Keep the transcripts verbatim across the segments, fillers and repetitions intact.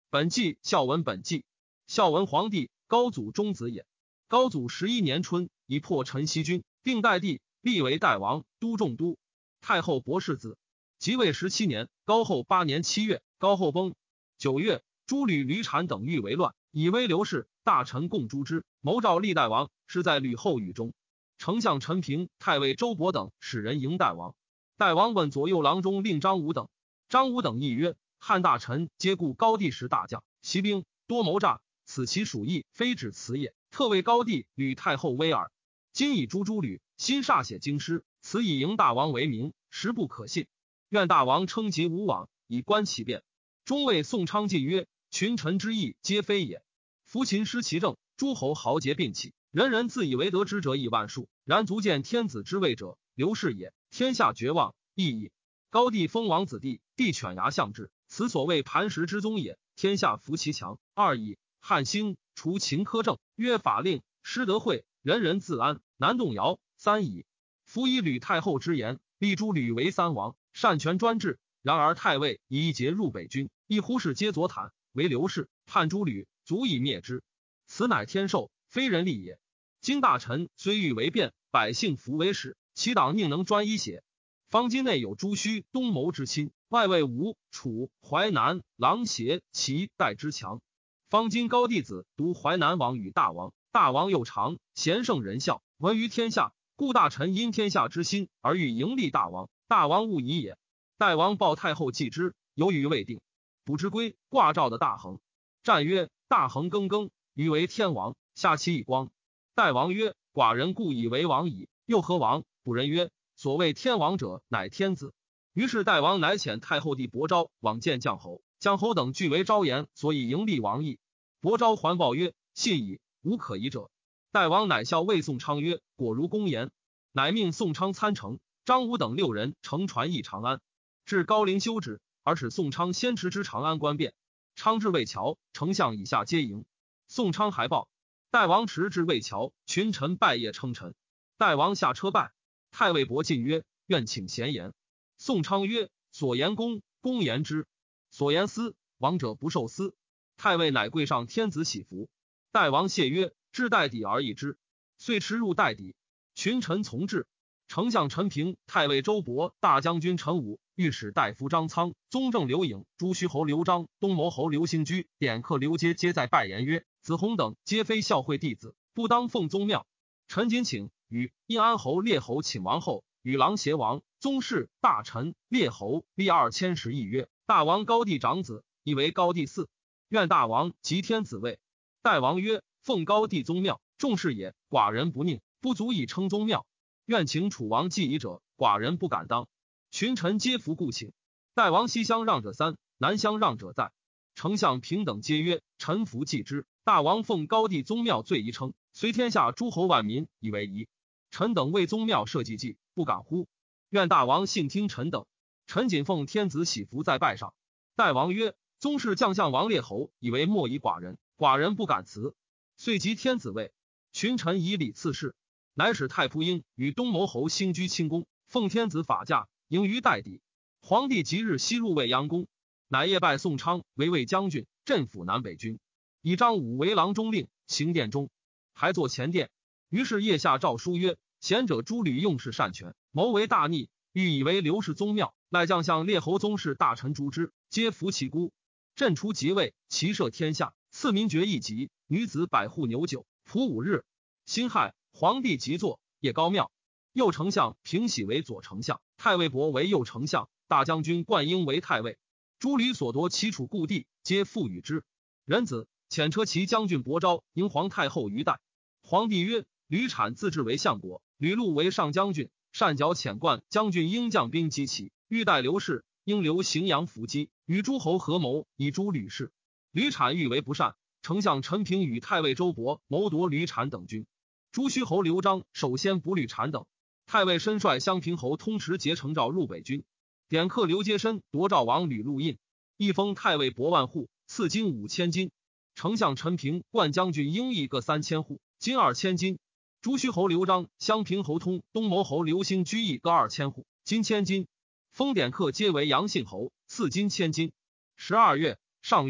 本纪孝文本纪。孝文皇帝，高祖中子也。高祖十一年春，以破陈豨军，并代帝，立为代王，都仲都。太后博士子。即位十七年，高后八年七月，高后崩。九月，诸吕吕产等欲为乱，以威刘氏，大臣共诛之，谋召立代王，是在吕后狱中。丞相陈平、太尉周勃等使人迎代王。代王问左右郎中令张武等，张武等议曰：汉大臣皆故高帝时大将，骑兵多谋诈，此其属意，非止辞也。特为高帝吕太后威耳。今以诛诸吕，新歃血京师，此以迎大王为名，实不可信。愿大王称疾无往，以观其变。中尉宋昌进曰：群臣之意皆非也。夫秦失其政，诸侯豪杰并起，人人自以为得之者以万数，然足见天子之位者，刘氏也。天下绝望，亦矣。高帝封王子弟，帝犬牙相治，此所谓磐石之宗也。天下服其强。二矣。汉兴，除秦苛政，约法令，施德惠，人人自安，难动摇。三矣。夫以吕太后之言，立诸吕为三王，擅权专制。然而太尉以一节入北军，一忽视皆左袒，为刘氏，叛诸吕，足以灭之。此乃天授，非人力也。今大臣虽欲为变，百姓服为始，其党宁能专一邪？方今内有朱须、东牟之亲，外为吴、楚、淮南、琅邪、齐、代之强。方今高帝子独淮南王与大王，大王又长，贤圣仁孝，闻于天下，故大臣因天下之心而欲迎立大王，大王勿疑也。代王报太后继之，犹豫未定。卜之归挂诏的大恒，战曰：大恒更更，余为天王，下其以光。代王曰：寡人故以为王矣，又何王？卜人曰：所谓天王者，乃天子。于是代王乃遣太后弟伯昭往见将侯，将侯等俱为昭言，所以迎立王邑。伯昭还报曰：信矣，无可疑者。代王乃笑魏宋昌曰：果如公言。乃命宋昌参乘，张武等六人乘船诣长安，至高陵休止，而使宋昌先持之长安关便。昌至魏桥，丞相以下皆迎。宋昌还报，代王迟至魏桥，群臣拜谒称臣。代王下车拜，太尉伯进曰：愿请闲言。宋昌曰：所言公，公言之；所言私，王者不受私。太尉乃跪上天子喜服。代王谢曰：至代底而已之。遂驰入代底，群臣从至。丞相陈平、太尉周勃、大将军陈武、御史大夫张苍、宗正刘颖、朱虚侯刘璋、东牟侯刘兴居、典客刘阶皆在拜言曰：子弘等皆非孝惠弟子，不当奉宗庙。陈瑾请与殷安侯列侯请王后，与琅邪王、宗室、大臣、列侯立二千石议曰：大王高帝长子，亦为高帝嗣，愿大王即天子位。代王曰：奉高帝宗庙，重视也，寡人不宁，不足以称宗庙。愿请楚王祭仪者，寡人不敢当。群臣皆服故请。代王西乡让者三，南乡让者在。丞相平等皆曰：臣服继之。大王奉高帝宗庙罪宜称，随天下诸侯万民以为宜。臣等为宗庙社稷祭，不敢乎？愿大王信听臣等。臣谨奉天子喜服在拜上。代王曰：宗室将相王列侯以为莫以寡人，寡人不敢辞。遂即天子位。群臣以礼赐事。乃使太仆婴与东牟侯兴居清宫，奉天子法驾，迎于代底。皇帝即日西入未央宫，乃夜拜宋昌为卫将军，镇抚南北军，以张武为郎中令，行殿中，还坐前殿。于是夜下诏书曰：贤者诸吕用事擅权，谋为大逆，欲以为刘氏宗庙，赖将相列侯宗室大臣诛之，皆服其孤。朕除即位，齐赦天下，赐民爵一级，女子百户牛酒，仆五日。辛亥，皇帝即坐，夜高庙。右丞相平喜为左丞相，太尉伯为右丞相，大将军灌婴为太尉。诸吕所夺其处故地，皆赋予之。壬子，遣车骑将军伯昭迎皇太后于代。皇帝曰：吕产自治为相国，吕禄为上将军，善剿遣冠将军应将兵击齐，欲待刘氏，应留荥阳伏击，与诸侯合谋，以诛吕氏。吕产欲为不善，丞相陈平与太尉周勃谋夺吕产等军。朱虚侯刘璋首先捕吕产等，太尉申率襄平侯通持节成诏入北军。典客刘阶深夺赵王吕禄印，一封太尉伯万户，赐金五千金。丞相陈平、冠将军应邑各三千户，金二千金。朱虚侯刘璋、襄平侯通、东牟侯刘兴居邑各二千户，金千金。封典客皆为阳信侯，赐金千金。十二月，上曰：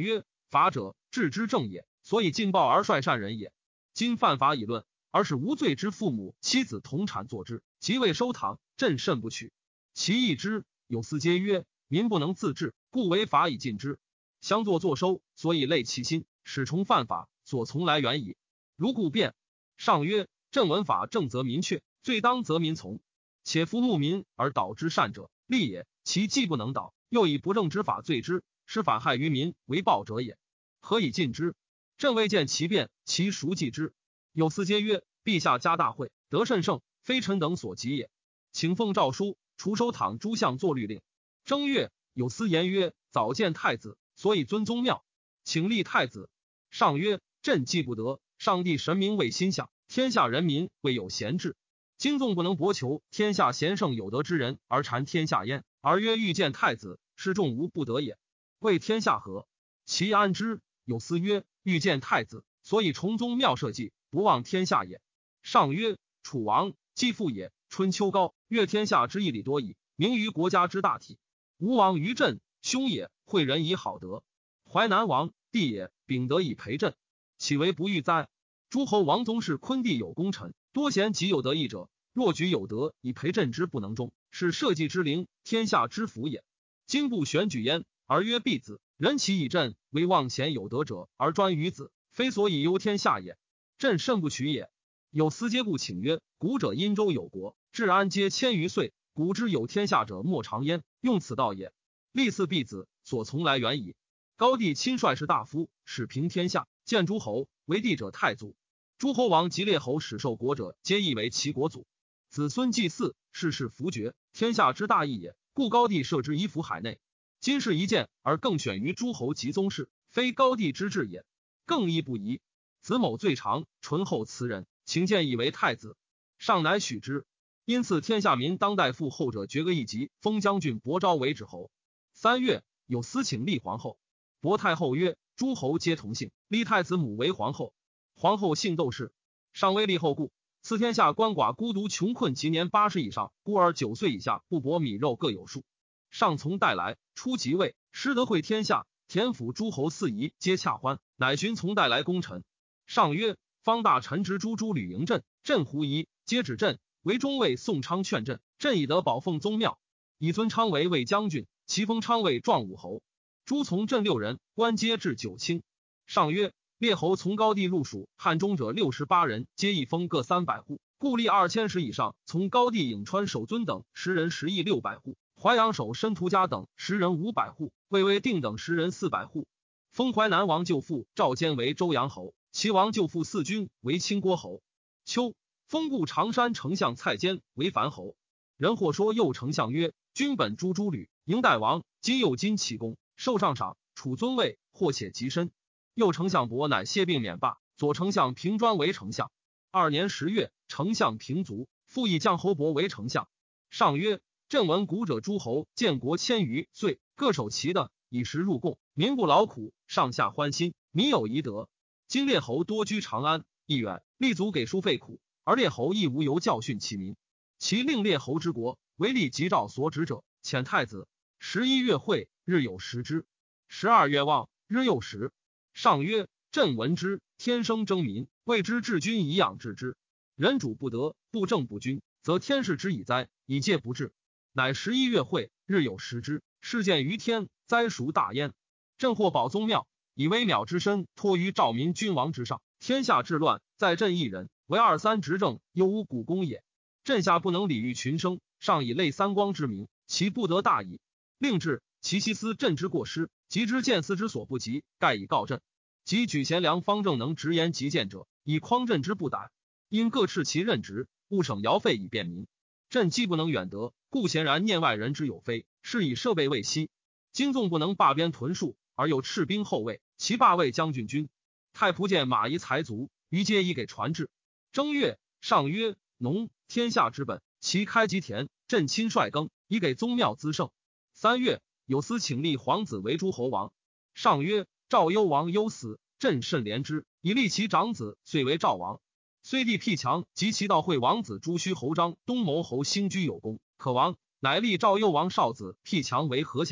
法者，治之正也，所以尽暴而率善人也。今犯法以论，而使无罪之父母妻子同产作之，即未收堂，朕甚不取。其义之，有司皆曰：民不能自治，故为法以禁之。相作作收，所以累其心，使重犯法，所从来远矣。如故变。上曰：朕闻法正则民确，罪当则民从。且夫牧民而导之善者，利也。其既不能导，又以不正之法罪之，使反害于民为暴者也。何以禁之？朕未见其变，其孰计之？有司皆曰：陛下加大会，得甚盛，非臣等所及也。请奉诏书，除收堂诸相作律令。正月，有司言曰：早见太子，所以尊宗庙，请立太子。上曰：朕既不得，上帝神明为心想，天下人民未有贤志。今纵不能博求天下贤圣有德之人而缠天下焉，而曰欲见太子，是众无不得也。为天下和，其安之？有司曰：欲见太子，所以重宗庙社稷，不忘天下也。上曰：楚王既父也，春秋高，阅天下之义理多矣，明于国家之大体。吴王于朕，兄也，惠人以好德；淮南王弟也，秉德以培朕，岂为不欲哉？诸侯王宗室昆弟有功臣，多贤及有德义者，若举有德以培朕之不能忠，是社稷之灵，天下之福也。今不选举焉，而曰必子，人其以朕为望贤有德者而专于子，非所以忧天下也。朕甚不取也。有司皆不请曰：古者殷周有国，治安皆千余岁，古之有天下者莫长焉，用此道也。立嗣必子，所从来远矣。高帝亲率士大夫，使平天下，见诸侯，为帝者太祖。诸侯王及列侯始受国者，皆以为其国祖。子孙祭祀，世世福爵，天下之大义也。故高帝设之以辅海内。今是一见，而更选于诸侯及宗室，非高帝之志也。更亦不疑。子某最长，醇厚慈人，请见以为太子。上乃许之。因此天下民当代父后者爵个一级，封将军伯昭为止侯。三月，有司请立皇后。伯太后曰：诸侯皆同姓，立太子母为皇后。皇后姓窦氏，上为立后故，赐天下鳏寡孤独穷困其年八十以上，孤儿九岁以下，不帛米肉各有数。上从代来，初即位，师德惠天下，田府诸侯四夷皆洽欢，乃寻从代来功臣。上曰：方大臣之诸诸吕营镇，镇狐疑，皆指镇。为中尉宋昌劝镇，镇以得保奉宗庙，以尊昌为魏将军，其封昌为壮武侯。诸从镇六人，官皆至九卿。上曰：列侯从高帝入蜀汉中者六十八人，皆一封各三百户，故立二千石以上。从高帝颍川守尊等十人十邑六百户，淮阳守申屠家等十人五百户，魏威定等十人四百户。封淮南王舅父赵坚为周阳侯，齐王舅父四军为清郭侯。秋，封故常山丞相蔡坚为樊侯。人或说右丞相曰：君本诸诸吕，迎代王，今又今其功，受上赏，处尊位，或且极深。右丞相伯乃谢病免罢，左丞相平专为丞相。二年十月，丞相平卒，复以将侯伯为丞相。上曰：朕闻古者诸侯建国千余岁，各守其的，以食入贡，民不劳苦，上下欢心，民有宜德。今列侯多居长安，亦远，立足给书费苦，而列侯亦无由教训其民。其令列侯之国，为立即诏所指者，遣太子。十一月会，日有食之。十二月望，日又食。上曰：朕闻之，天生争民，谓之治君以养治之。人主不得，不正不君，则天视之以哉，以戒不治。乃十一月会，日有食之，事见于天，灾孰大焉？朕或保宗庙，以微渺之身托于赵民君王之上，天下治乱，在朕一人，为二三执政，又无古功也。朕下不能礼遇群生，上以类三光之名，其不得大矣。令至，其西思朕之过失，及之见司之所不及，盖以告朕。即举贤良方正能直言极谏者，以匡朕之不逮。因各斥其任职，勿省徭费以便民。朕既不能远得，故显然念外人之有非，是以设备未息。今纵不能罢边屯戍，而又斥兵后卫，其罢为将军军。太仆见马夷才足，于皆以给传至。正月，上曰：农，天下之本，其开及田，朕亲率耕，以给宗庙滋盛。三月，有司请立皇子为诸侯王。上曰：赵幽王忧死，朕甚怜之，以立其长子，遂为赵王。虽帝辟强，及其道惠王子朱须侯张东牟侯兴居有功，可王，乃立赵幽王少子辟强为和贤王，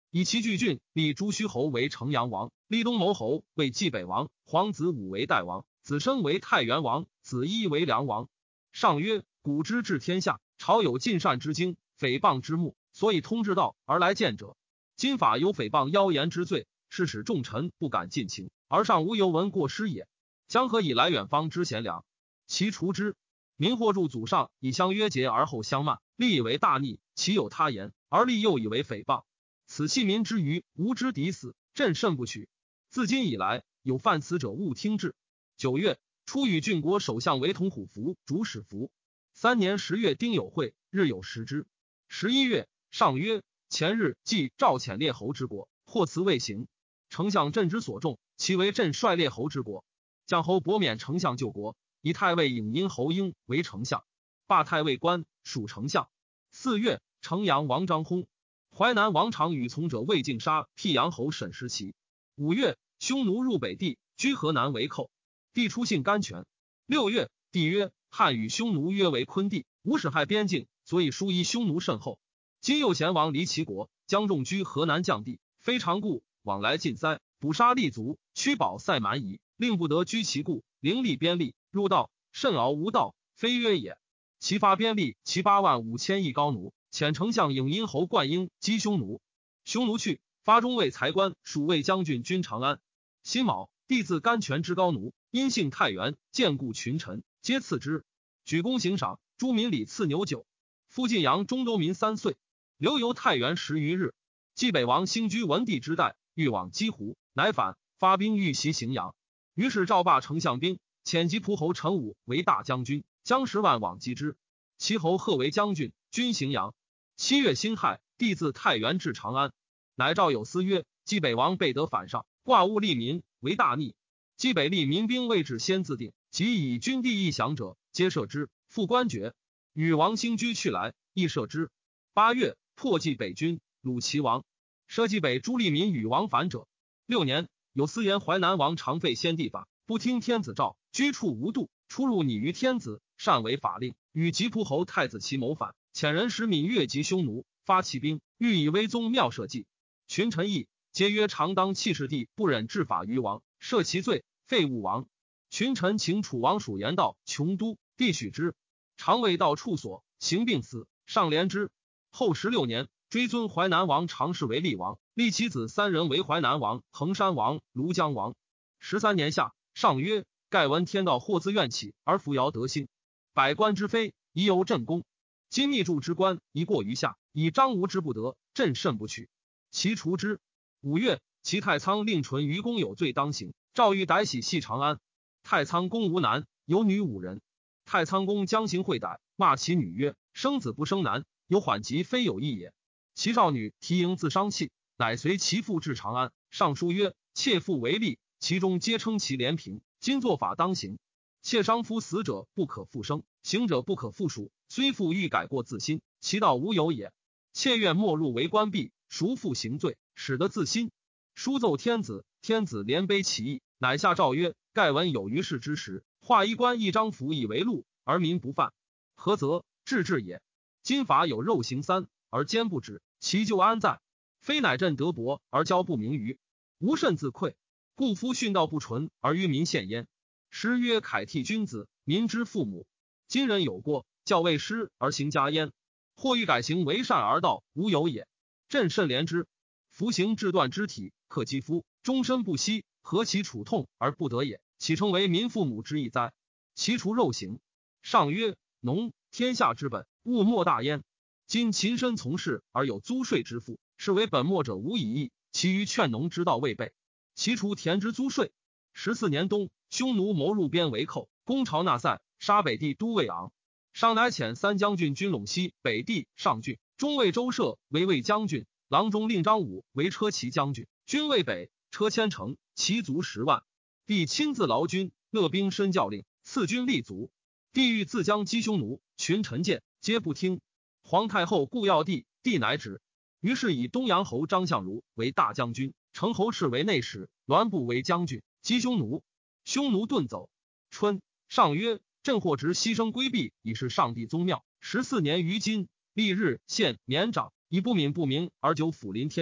以其据郡，立朱虚侯为城阳王，立东牟侯为冀北王，皇子武为代王，子申为太原王，子伊为梁王。上曰：古之治天下，朝有尽善之经，诽谤之目，所以通之道而来见者。今法有诽谤妖言之罪，是使众臣不敢尽情，而上无由闻过失也。江河以来远方之贤良，其除之。民或助祖上以相约节而后相慢，立以为大逆，其有他言，而立又以为诽谤。此弃民之余，无知敌死，朕甚不取。自今以来，有犯此者勿听之。九月，初与郡国首相为同虎符、主使符。三年十月丁酉会，日有食之。十一月，上曰：前日即赵遣列侯之国，或辞未行。丞相朕之所重，其为朕率列侯之国。将侯伯免丞相救国，以太尉颍阴侯婴为丞相，罢太尉官，属丞相。四月，城阳王张薨。淮南王常与从者魏敬杀辟阳侯沈时齐。五月，匈奴入北地，居河南为寇。帝出信甘泉。六月，帝曰：汉与匈奴约为昆地，无使害边境，所以疏依匈奴甚厚。今右贤王离齐国，将众居河南降地，非常故，往来尽塞，捕杀立足，驱保塞蛮夷，令不得居其故，凌厉边吏，入道甚敖无道，非约也。其发边吏其八万五千亿高奴，遣丞相颍阴侯灌婴击匈奴。匈奴去，发中尉才官属卫将军军长安。辛卯，帝自甘泉之高奴，因姓太原，见故群臣，皆赐之，举功行赏，诸民礼赐牛酒。复晋阳中都民三岁，留游太原十余日。冀北王兴居文帝之代，欲往击胡，乃反，发兵欲袭荥阳。于是赵霸丞相兵，遣吉仆侯陈武为大将军，将十万往击之。其侯贺为将军，军荥阳。七月辛亥，帝自太原至长安，乃诏有司曰：冀北王备得反上，挂物利民，为大逆。冀北吏民兵未至先自定，即以军地异降者，皆赦之，复官爵。与王兴居去来，亦赦之。八月，破冀北军，虏齐王，赦冀北诸吏民与王反者。六年，有司言淮南王常废先帝法，不听天子诏，居处无度，出入拟于天子，擅违法令，与吉仆侯太子齐谋反，遣人使闽越及匈奴，发骑兵，欲以威宗庙社稷。群臣议，皆曰常当弃世帝，不忍治法于王，赦其罪，废武王。群臣请楚王属言道穷都，帝许之。常未到处所，行病死，上怜之。后十六年，追尊淮南王常氏为厉王，立其子三人为淮南王、衡山王、庐江王。十三年夏，上曰：盖闻天道或自愿起，而扶摇得兴。百官之非，宜由朕公。今密助之官，宜过于下，以张无之不得，朕甚不取。其除之。五月，其太仓令纯于公有罪当刑，诏谕逮喜系长安。太仓公无男，有女五人。太仓公将行会逮，骂其女曰：生子不生男，有缓急非有意也。其少女提营自伤气，乃随其父至长安。上书曰：妾父为吏，其中皆称其廉平，今作法当行。妾伤夫死者不可复生，行者不可复属，虽父欲改过自新，其道无有也。妾愿没入为官闭，赎复行罪，使得自新。书奏天子，天子连悲其意，乃下诏曰：盖闻有于世之时，画衣冠一张符以为禄，而民不犯，何则？治治也。今法有肉刑三，而奸不止，其咎安在？非乃朕德薄而骄不明于，无甚自愧。故夫训道不纯而于民献焉。诗曰：凯替君子，民之父母。今人有过，教为师而行家焉，或欲改行为善而道无有也。朕甚怜之。服刑治断肢体，克肌肤，终身不息，何其处痛而不得也？岂称为民父母之意哉？其除肉刑。上曰：农，天下之本，物莫大焉。今勤身从事而有租税之赋，是为本末者无以义，其余劝农之道未备。其除田之租税。十四年冬，匈奴谋入边为寇，攻朝纳塞，杀北地都尉昂。上乃遣三将军军陇西北地上郡，中尉周舍为卫将军，郎中令张武为车骑将军，军卫北，车千乘，骑卒十万。帝亲自劳军，勒兵申教令，赐军立足。帝欲自将击匈奴，群臣见，皆不听。皇太后故要帝，帝乃止。于是以东阳侯张相如为大将军，成侯氏为内史，栾布为将军，击匈奴。匈奴遁走。春，上曰：朕或直牺牲规避，以是上帝宗庙。十四年于今，历日县绵长，以不敏不明而久抚临天下，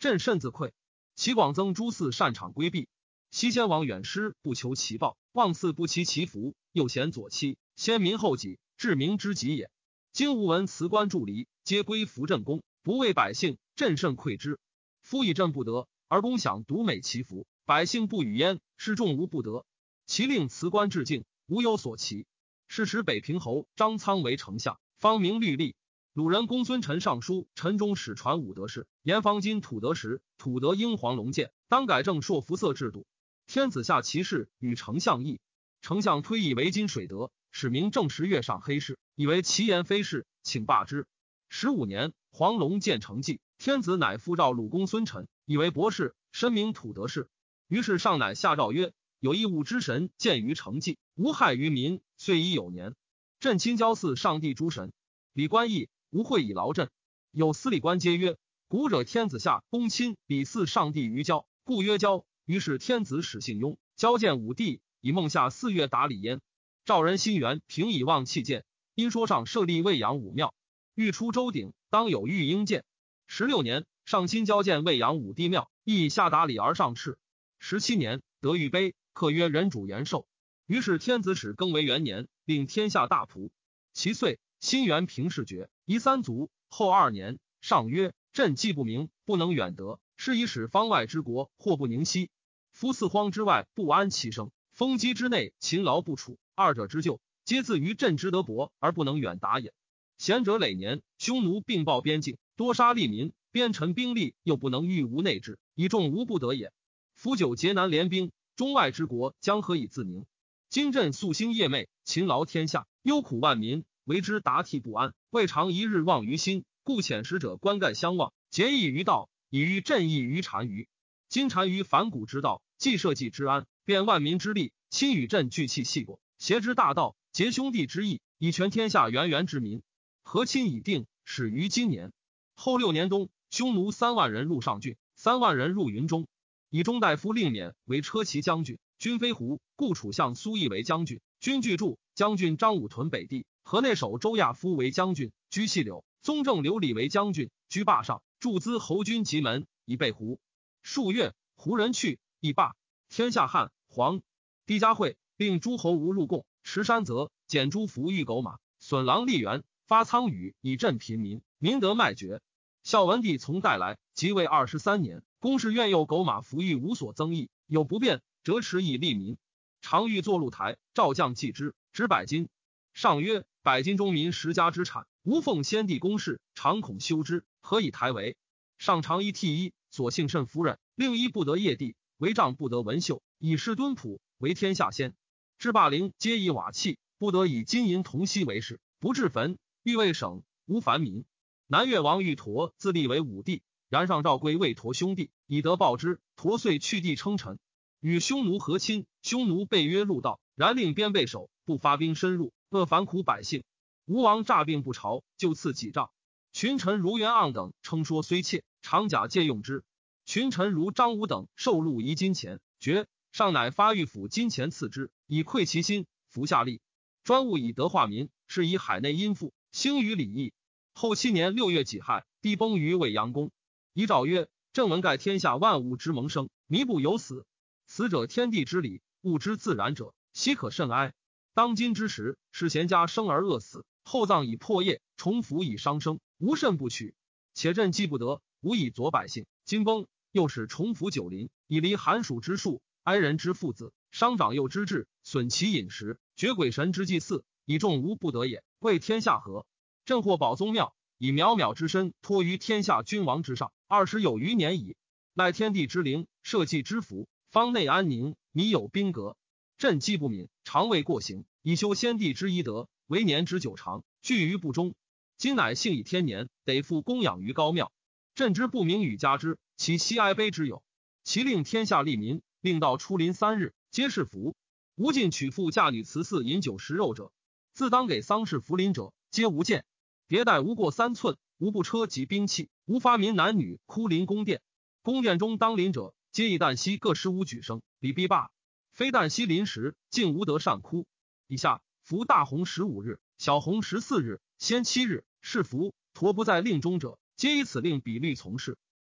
朕甚自愧。齐广增诸嗣擅场规避。西先王远师不求其报，望赐不期其福，又嫌左妻，先民后己，治民之急也。今吾闻辞官助离，皆归服朕功，不为百姓，朕甚愧之。夫以朕不得，而公享独美其福，百姓不与焉，是众无不得。其令辞官致敬，无有所奇。是时北平侯张苍为丞相，方明律例。鲁人公孙臣上书，陈中使传武德事，言方今土德时，土德英黄龙剑，当改正朔服色制度。天子下其事与丞相议，丞相推以为今水德，使明正时月上黑事，以为其言非事，请罢之。十五年，黄龙见成绩，天子乃复召鲁公孙臣，以为博士，申明土德事。于是上乃下诏曰：有一物之神见于成绩，无害于民，遂已有年。朕亲交祀上帝诸神，礼官义，无会以劳朕。有司礼官皆曰：古者天子下公亲比祀上帝于交，故曰交。于是天子使信庸交见武帝，以孟夏四月达礼焉。赵人辛元平以望弃见，因说上设立未阳武庙，欲出周鼎，当有玉英见。十六年，上亲交见未阳武帝庙，亦以下达礼而上敕。十七年，得玉碑，刻曰人主延寿。于是天子使更为元年，令天下大仆。其岁，辛元平氏爵，夷三族。后二年，上曰：朕既不明，不能远得，是以使方外之国祸不宁息。夫四荒之外不安其生，风击之内勤劳不处，二者之救，皆自于朕之德薄而不能远达也。贤者累年，匈奴并暴边境，多杀利民，边臣兵力又不能御无内治，以众无不得也。夫久劫难联兵，中外之国将何以自宁？今朕夙兴夜寐，勤劳天下，忧苦万民，为之达替不安，未尝一日忘于心，故遣使者冠盖相望，结义于道，以于朕义于单于。今单于反古之道，既社稷之安，变万民之利，亲与朕聚气细果，协之大道，结兄弟之义，以全天下源源之民。和亲已定，始于今年。后六年冬，匈奴三万人入上郡，三万人入云中，以中大夫令免为车骑将军，军飞胡，故楚相苏毅为将军，军据驻，将军张武屯北地，河内守周亚夫为将军，居细柳，宗正刘礼为将军，居霸上，驻资侯军棘门，以备胡。数月，胡人去，亦罢。天下汉黄帝嘉惠，令诸侯无入贡，持山泽，减诸服御狗马，损狼利园，发苍羽以赈贫民，民得麦绝。孝文帝从代来，即位二十三年，公事愿诱狗马服御无所增益，有不便，折持以利民。常欲作露台，召将祭之，值百金。上曰：百金中民十家之产，无奉先帝公事，常恐修之，何以台为？上常一替一，所幸甚夫人，令一不得业地，为帐不得文绣，以示敦朴，为天下先。至霸陵，皆以瓦器，不得以金银铜锡为饰，不置坟，欲为省，无凡民。南越王欲佗自立为武帝，然上诏归魏佗兄弟，以得报之。佗遂去地称臣，与匈奴和亲。匈奴被约入道，然令边备守，不发兵深入，恶烦苦百姓。吴王诈病不朝，就赐己杖。群臣如袁盎等称说虽切，常假借用之。群臣如张武等受禄遗金钱，绝上乃发御府金钱赐之，以馈其心，服下吏。专务以德化民，是以海内殷富，兴于礼义。后七年六月己亥，帝崩于未央宫。遗诏曰：朕闻盖天下万物之萌生，弥不有死，死者天地之理，物之自然者，奚可甚哀？当今之时，是贤家生而饿死，后葬以破业，重服以伤生，无甚不取。且朕既不得，无以佐百姓。今崩，又使重服九邻，以离寒暑之术，哀人之父子，伤长幼之志，损其饮食，绝鬼神之祭祀，以众无不得也，为天下和。朕或保宗庙，以渺渺之身托于天下君王之上，二十有余年矣。赖天地之灵，社稷之福，方内安宁，民有宾格。朕既不敏，常未过行，以修先帝之遗德，为年之久长，据于不忠。今乃幸以天年，得复供养于高庙。朕之不明与加之，其奚哀悲之有？其令天下利民，令到出临三日，皆是福。无尽娶妇嫁女辞嗣饮酒食肉者，自当给丧事福临者，皆无见。迭代无过三寸，无不车及兵器，无发民男女哭临宫殿。宫殿中当临者，皆以旦夕各十五举声，礼毕罢。非旦夕临时，竟无得善哭。以下服大红十五日，小红十四日，先七日，是服。佗不在令中者，皆以此令比律从事。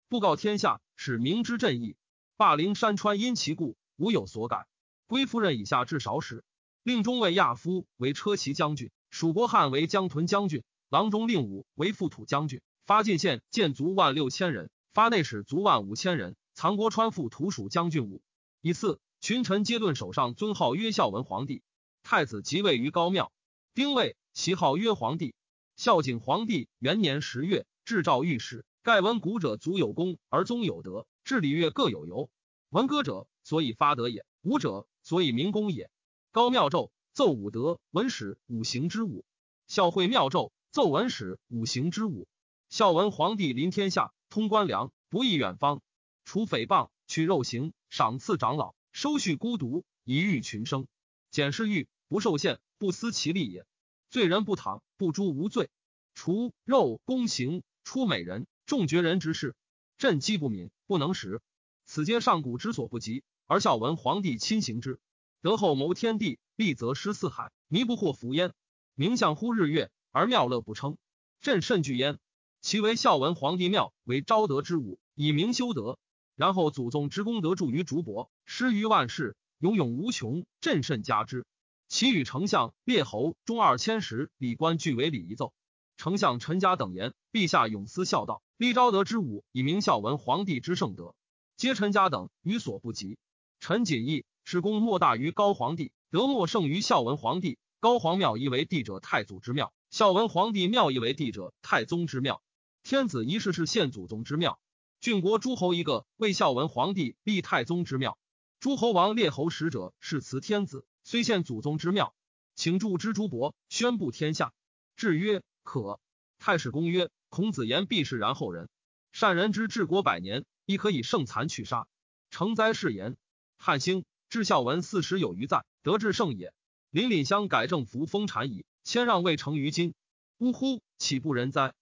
布告天下，使明之正义。霸陵山川因其故，无有所改。归夫人以下至少使，令中尉亚夫为车骑将军，蜀国汉为江屯将军，郎中令武为副土将军。发晋县建卒万六千人，发内史卒万五千人。藏国川副土属将军武。以次，群臣皆顿首上尊号曰孝文皇帝。太子即位于高庙。丁未，其号曰皇帝。孝景皇帝元年十月，制诏御史，盖闻古者足有功而宗有德，治礼乐各有由。闻歌者，所以发德也；舞者，所以明功也。高庙奏奏武德，文史五行之武；孝会庙奏奏文史五行之武。孝文皇帝临天下，通官粮，不议远方，除诽谤，取肉刑，赏赐长老，收恤孤独，以育群生。检视狱，不受限，不思其利也。罪人不躺，不诛无罪。除肉宫刑，出美人，重绝人之事。朕积不敏，不能食。此皆上古之所不及，而孝文皇帝亲行之。德厚谋天地，利则失四海，弥不获福焉。名相乎日月，而庙乐不称。朕甚惧焉。其为孝文皇帝庙为昭德之武，以明修德。然后祖宗之功德著于竹帛，施于万世，永永无穷，朕甚加之。其与丞相、列侯、中二千石、礼官俱为礼仪奏。丞相陈家等言，陛下永思孝道，立昭德之武，以明孝文皇帝之圣德，皆陈家等于所不及。陈谨义是功莫大于高皇帝，德莫胜于孝文皇帝。高皇庙亦为帝者太祖之庙，孝文皇帝庙亦为帝者太宗之庙。天子一世是献祖宗之庙，郡国诸侯一个为孝文皇帝立太宗之庙。诸侯王列侯使者是辞天子，虽献祖宗之庙，请铸之诸帛，宣布天下。至曰可。太史公曰：孔子言必是然后人。善人之治国百年，亦可以胜残去杀。成哉是言。汉兴，至孝文四十有余载，得至盛也。邻里乡改政服封禅矣，谦让未成于今。呜呼，岂不仁哉！